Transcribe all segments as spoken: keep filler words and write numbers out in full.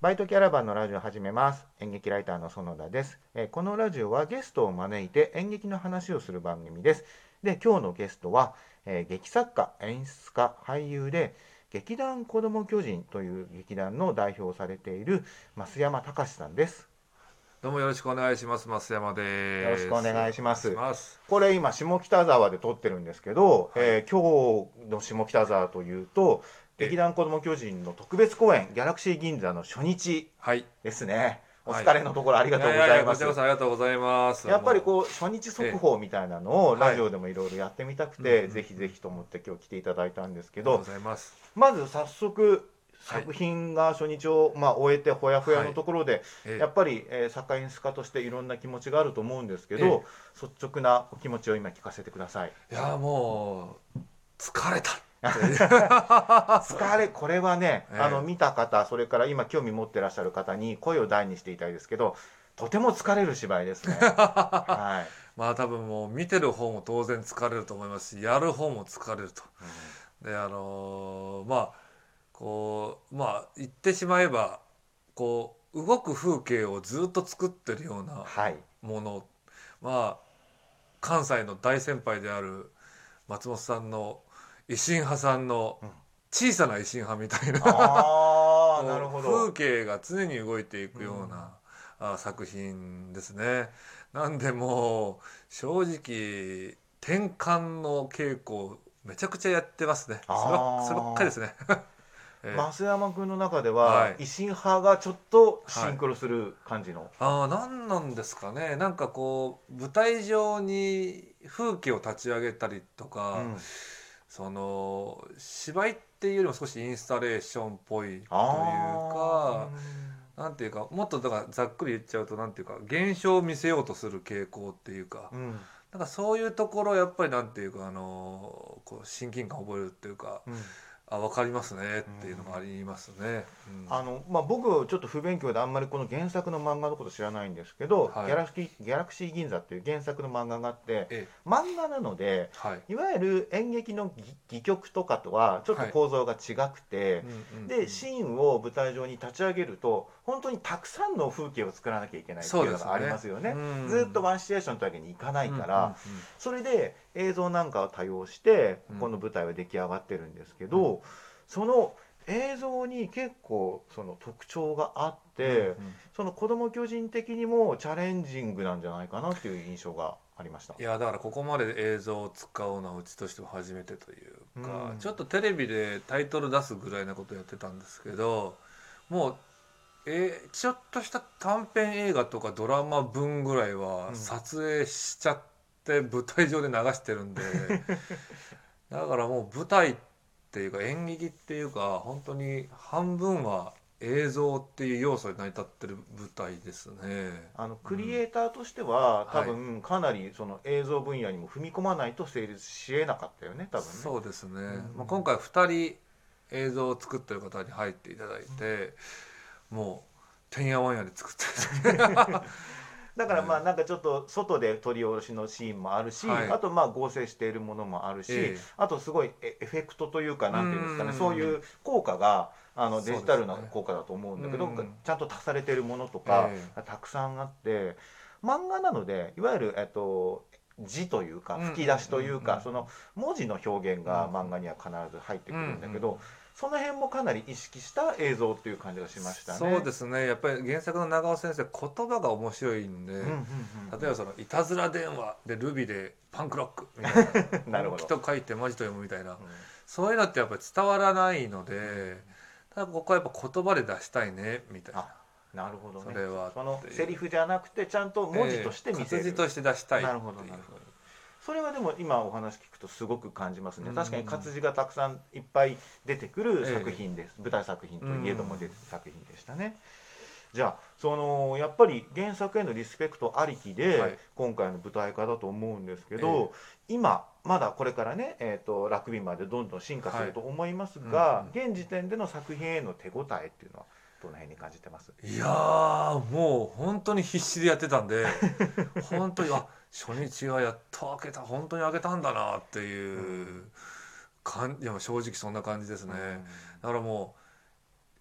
バイトキャラバンのラジオを始めます。演劇ライターの園田です。えーこのラジオはゲストを招いて演劇の話をする番組です。で、今日のゲストは、えー劇作家、演出家、俳優で、劇団子ども巨人という劇団の代表をされている増山隆さんです。 どうもよろしくお願いします。増山よろしくです。 お願いしお願いします。 ます。 これ今、下北沢で撮ってるんですけど、 はい。 えー今日の下北沢というと、劇え、 団子ども巨人の特別公演、ギャラクシー銀座の初日はい。 ですね。おはい。 疲れのところありがとうごいやいやいや、 ざいます。 こちらこそありがとうございます。 やっぱりもこう初日う、 速え、 報みたいなのをラはい。 ジオでもいろいろやってみたくうんうんて、ぜひうん。 ぜひと思って今日来ていただいたんですけありがとうど、 ございます。 まず早速はい。 作品が初日をまあ終えてほやほやはい。 のところで、やえ、 っぱり、えー作家演出家としていろんな気持ちがあると思うんですけえ、 ど、率直なお気持ちを今聞かせてください。 いや、もう、疲れたっていう。 疲れ、これはね、あのえ見た方、それから今興味持ってらっしゃる方に声を大にしていたいですけど、とても疲れる芝居ですね。 え。 はい。 まあ多分もう見てる方も当然疲れると思いますし、やる方も疲れると。 うんで、あのーまあ、こう、まあ言ってしまえば、こう動く風景をずっと作ってるようなはい。 もの、まあ関西の大先輩である松本さんの維新派さんのうん、 小さな維新派みたいなああ、なるこうほど。 風景が常に動いていうん。 くようなあ作品ですね。なんでもう正直転換の稽古めちゃくちゃやってますね。そればっそればっかりでああ、 すね。え増山君の中では、 ーはい維新派がちょっとシはい。 ンクロする感じの。 ああ、何なんですかね。なんかこう、舞台上に風景を立ち上げたりとか、 うん。 その、芝居っていうよりも少しインスタレーションっぽいというああ、うか、 ん。 なんていうか、もっとだからざっくり言っちゃうと、なんていうか、現象を見せようとする傾向っていうか、 うん。 なんかそういうところやっぱりなんていうか、あの、こう親近感を覚えるっていうか、 うん。 あ、わかりますねっうん。 ていうのがありますね。うん。 あのまあ、僕、ちょっと不勉強であんまりこの原作の漫画のこと知らないんですけど、 はい。 ギャラクシーギャラクシー銀座っていう原作の漫画があって、 え、 漫画なので、 はい。 いわゆる演劇の戯戯曲とかとはちょっとはい。 構造が違くて、 うんうんうで、 ん。 シーンを舞台上に立ち上げると、本当にたくさんの風景を作らなきゃいけないってそういうのがありまですね。うすよね。ずっとん。 ワンシチュエーションというわけにいかなうんうんいから、それで映像なんかを多用して、 うんうんこの舞台は出来上がってるんですけうんど、その映像に結構その特徴があっうんうん。 て、その子供巨人的にもチャレンジングなんじゃないかなっていう印象がありました。 いやだからここまで映像を使うのはうちとしても初めてといううか、 ん。 ちょっとテレビでタイトル出すぐらいなことやってたんですけど、もうえーちょっとした短編映画とかドラマ分ぐらいはうん。 撮影しちゃって舞台上で流してるんで、だからもう舞台っていうか演劇っていうか本当に半分は映像っていう要素で成り立ってる舞台ですね。 あのクリうん。 エイターとしては多はい。 分かなりその映像分野にも踏み込まないと成立しえなかったよね、多分ね。 そうですね。 うん。 まあ、今回ふたり映像を作ってる方に入っていただいうん。 て、もうてんやわんやで作ってるんですね。 だからまあえなんかちょっと外で撮り下ろしのシーンもあるーはい。 し、あとまあ合成しているものもあるし、 ええ。 あとすごいエエフェクトというか、 うーなんていうんですかね、そういん。 う効果があのデそうジタルなですね。 効果だと思うんうだけど、 ん。 ちゃんと足されているものとかええ。 たくさんあって、漫画なのでいわゆる、えっと、字というかうんうんうん吹き出しというか、その文字の表現うんうんが漫画には必ず入ってうんうくるんだけど、 ん。 その辺もかなり意識した映像っていう感じがしましたそうね。 ですね。やっぱり原作の長尾先生言葉が面白いんで、 うんうんうんう例えばそのいたずら電話でルビでパンクロックみたいな、 ん。なるほど。 本気と書いてマジと読むみたいな、 うんそういうのってやっぱり伝わらないのうん。 で、ただここはやっぱ言葉で出したいねみたいな、 あ、なるほどね。 それはっそのていう、 セリフじゃなくてちゃんと文字とええして見せる。 活字として出したいっなるほどていうなるほど。それはでも今お話聞くとすごく感じますうね。確かに活ん字がたくさんいっぱい出てくる作ええ品です。舞台作品うといえども出んて作品でしたね。じゃあそのやっぱり原作へのリスペクトありきではい今回の舞台化だと思うんですけええど、今まだこれからね、えー、とラクビまでどんどん進化すはいると思いますうんうんが、現時点での作品への手応えっていうのはどの辺に感じてます？ いやーもう本当に必死でやってたんで、本当にあ初日はやっと開けた、本当に開けたんだなってうん。 いう感いや正直そんな感じですね。 うん。 だからも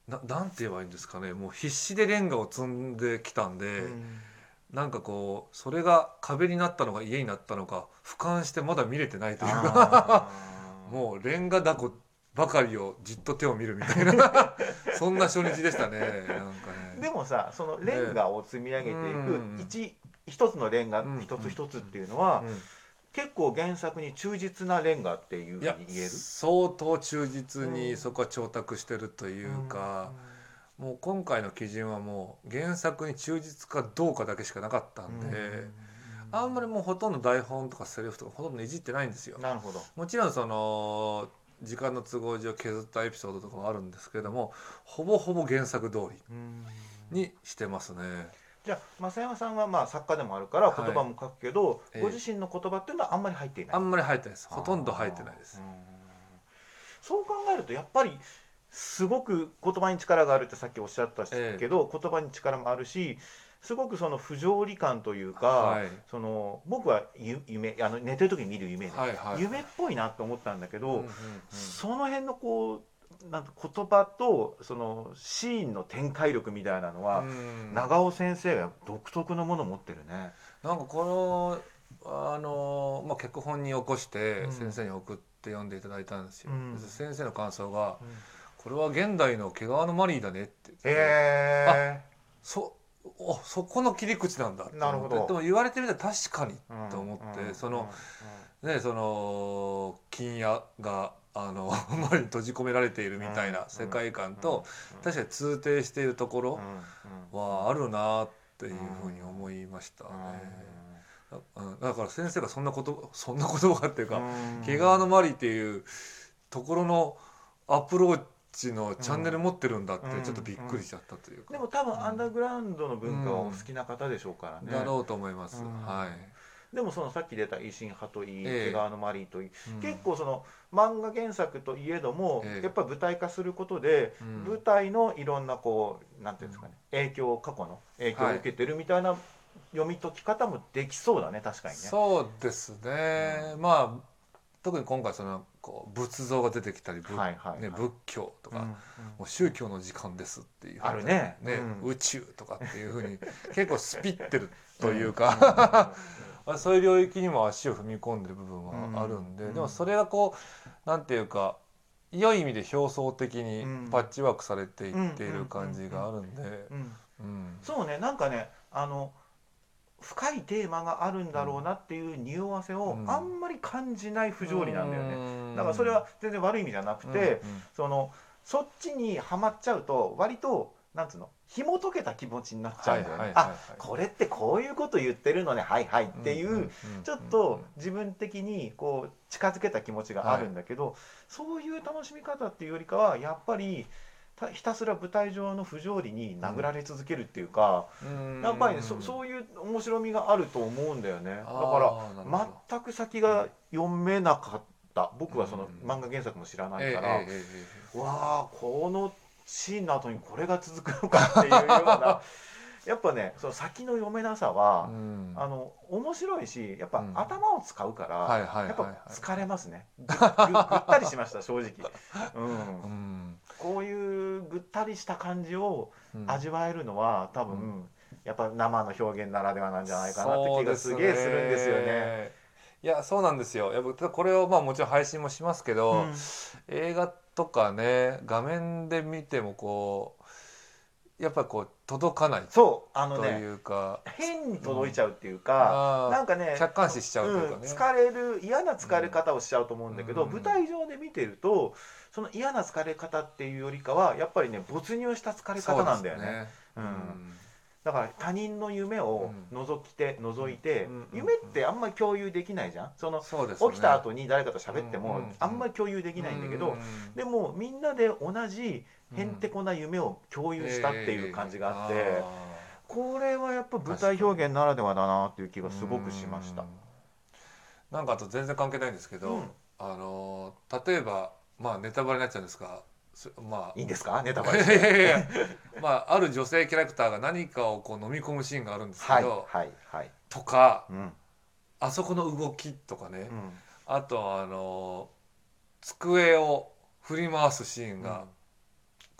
ななんて言えばいいんですかね、もう必死でレンガを積んできたんで、 うんなんかこうそれが壁になったのか家になったのか俯瞰してまだ見れてないというかあーもうレンガだこばかりをじっと手を見るみたいなそんな初日でしたね。なんかね。 でもさ、そのレンガを積み上げていく一一つのレンガうん一つ一つっていうのは、 うん結構原作に忠実なレンガっていういやふうに言える。 相当忠実うんにそこは調達してるというか、もう今回の基準はもう原作に忠実かどうかだけしかなかったんで、あんまりもうほとんど台本とかセリフとかほとんどいじってないんですよ。 なるほど。 もちろんその時間の都合上削ったエピソードとかもあるんですけれども、ほぼほぼ原作通りうんにしてますね。 じゃあ増山さんはまあ作家でもあるからはい言葉も書くけど、 ええご自身の言葉っていうのはあんまり入っていない。 あんまり入ってないです。ほとんど入ってないです。 うんそう考えるとやっぱりすごく言葉に力があるってさっきおっしゃったええけど、言葉に力もあるし、すごくその不条理感というか、 はいその僕はゆ夢あの寝てる時に見る夢ね、 はいはい夢っぽいなと思ったんだけど、 うんうんうんその辺のこうなんか言葉とそのシーンの展開力みたいなのは、 うん長尾先生が独特のものを持ってるね。 なんかこのあの、まあ、脚本に起こしてうん先生に送って読んでいただいたんですよ。 うんで先生の感想がうん 「これは現代の毛皮のマリーだね」って言って、 へそおそこの切り口なんだって思って。 なるほどでも言われてみたら確かにーと思って、 うんそのうんねその金屋があのマリーに閉じ込められているみたいな世界観と確かに通底しているところはあるなっていうふうに思いましたね。うんだから先生がそんなことそんな言葉っていうか毛皮のマリーっていうところのアプローチのチャンネル持ってるんだってちょっとびっくりしちゃったというか。 でも多分アンダーグラウンドの文化はお好きな方でしょうからね。 だろうと思います。 うんはいでもそのさっき出た維新派といい、 ええ毛皮のマリーといい、 うん結構その漫画原作といえども、 ええやっぱ舞台化することで、 うん舞台のいろんなこうなんていうんですかね、影響過去の影響を受けてるみたいな読み解き方もできそうだね、確かにね。 そうですね、まあ特に今回そのこう仏像が出てきたり、ぶはいはいはいね、仏教とか、 うんうんもう宗教の時間ですっていうあるねうん宇宙とかっていうふうに結構スピってるというか、そういう領域にも足を踏み込んでる部分はあるんで、 うんでもそれがこうなんていうか良い意味で表層的にパッチワークされていっている感じがあるんで、 うんうんそうね、なんかねあの深いテーマがあるんだろうなっていう匂わせをうんあんまり感じない不条理なんだよね。 うんだからそれは全然悪い意味じゃなくて、 うんそのそっちにはまっちゃうと割となんつうの紐解けた気持ちになっちゃうんだよね。あ、これってこういうこと言ってるのね、はいはいっていう、 うんうんうんちょっと自分的にこう近づけた気持ちがあるんだけど、そういう楽しみ方っていうよりかはやっぱりたひたすら舞台上の不条理に殴られ続けるっていうか、 うんやっぱりね、そそういう面白みがあると思うんだよね。だあからーなるほど全く先が読めなかった僕はそのうん漫画原作も知らないええから、 ええええわあこのシーンの後にこれが続くのかっていうようなやっぱねその先の読めなさは、 うんあの面白いしやっぱうん頭を使うから、 はいはいはいはいやっぱ疲れますね。ぐぐぐったりしました正直、うんうんこういうぐったりした感じをうん味わえるのは多分、 うんやっぱ生の表現ならではなんじゃないかなって気がすげえするんですよね。 いやそうなんですよ。やっぱこれをまあもちろん配信もしますけど、 うん映画とかね画面で見てもこうやっぱりこう届かないそうあのとねいうか、 変に届いちゃうっていうか、 あーなんかね客観視しちゃうというかね、 ん疲れる嫌な疲れ方をしちゃうと思うんだけど、 うん舞台上で見てるとその嫌な疲れ方っていうよりかはやっぱりね没入した疲れ方なんだよね。 そうですうんうんだから他人の夢を覗きて覗いて、 うん夢ってあんまり共有できないじゃん。そのそうですね起きた後に誰かと喋ってもうんあんまり共有できないんだけど、 うんでもみんなで同じへんてこな夢を共有したっていう感じがあって、 ええこれはやっぱ舞台表現ならではだなっていう気がすごくしましたうん。なんかあと全然関係ないんですけど、 うんあの例えばまあネタバレになっちゃうんですが、そまあいいんですかネタバいレして。 やいやいやまあある女性キャラクターが何かをこう飲み込むシーンがあるんですけはいど、 はいはい。 とかうんあそこの動きとかね、 うんあとあの机を振り回すシーンが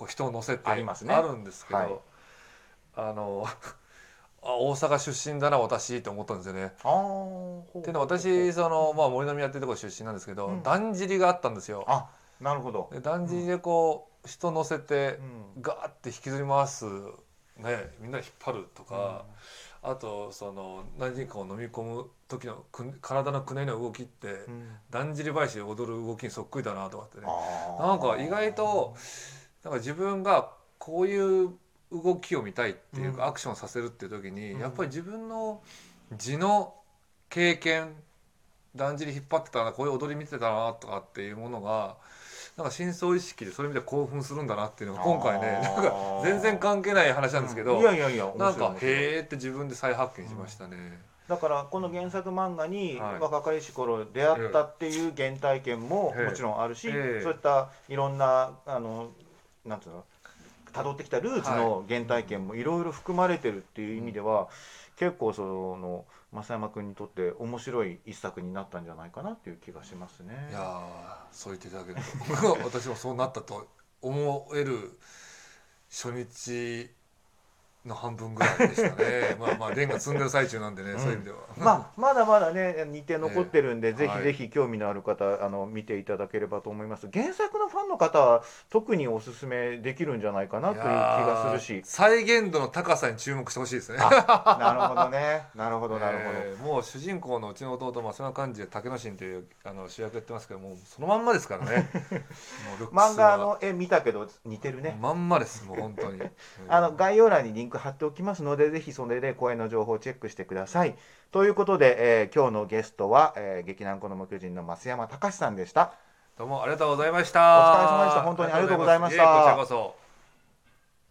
こう人を乗せてありますねあるんですけど、 はいあのあ大阪出身だな私って思ったんですよね。 あーほうっていうのは私その、まあ、森の宮っていうところ出身なんですけど、 うんだんじりがあったんですよ。 あなるほど。 でだんじりでこう人乗せてうんガーって引きずり回す、ね、みんなで引っ張るとか、あとその何人かを飲み込む時のく体のくねりの動きってうんだんじり林で踊る動きにそっくりだなとかってね、 あーなんか意外となんか自分がこういう動きを見たいっていうか、 うんアクションさせるっていう時に、 うんやっぱり自分の地の経験、だんじり引っ張ってたな、こういう踊り見てたなとかっていうものがなんか深層意識でそういう意味で興奮するんだなっていうのが今回ね、 あーなんか全然関係ない話なんですけど、 うんいやいやいや面白いなんか面白いへーって自分で再発見しましたね。 だからこの原作漫画にはい若かりし頃出会ったっていう原体験もええもちろんあるし、 ええそういったいろんなあのなんていうの辿ってきたルーツの原体験もいろいろ含まれてるっていう意味では、結構その増山君にとって面白い一作になったんじゃないかなっていう気がしますね。 いやーそう言っていただけると私もそうなったと思える初日の半分ぐらいでしたね。まあまあレンガ積んでる最中なんでね、 うんそういう意味では。 まあ、まだまだね日程残ってるんで、 ええぜひぜひ興味のある方あの見ていただければと思います。原作のファンの方は特におすすめできるんじゃないかなという気がするし、 再現度の高さに注目してほしいですね。 あなるほどねなるほどなるほど、 えーもう主人公のうちの弟増山寛治で竹野新というあの主役やってますけどもうそのまんまですからね。もうルックスは漫画の絵見たけど似てるね。 まんまですもう本当に。 あの概要欄にリンク貼っておきますので、ぜひそれで公演の情報をチェックしてください。ということで、えー今日のゲストは、えー劇団こども巨人の増山隆さんでした。 どうもありがとうございました。 お疲れ様でした本当にありがとうございましたありがとうございます。いえこちらこそ。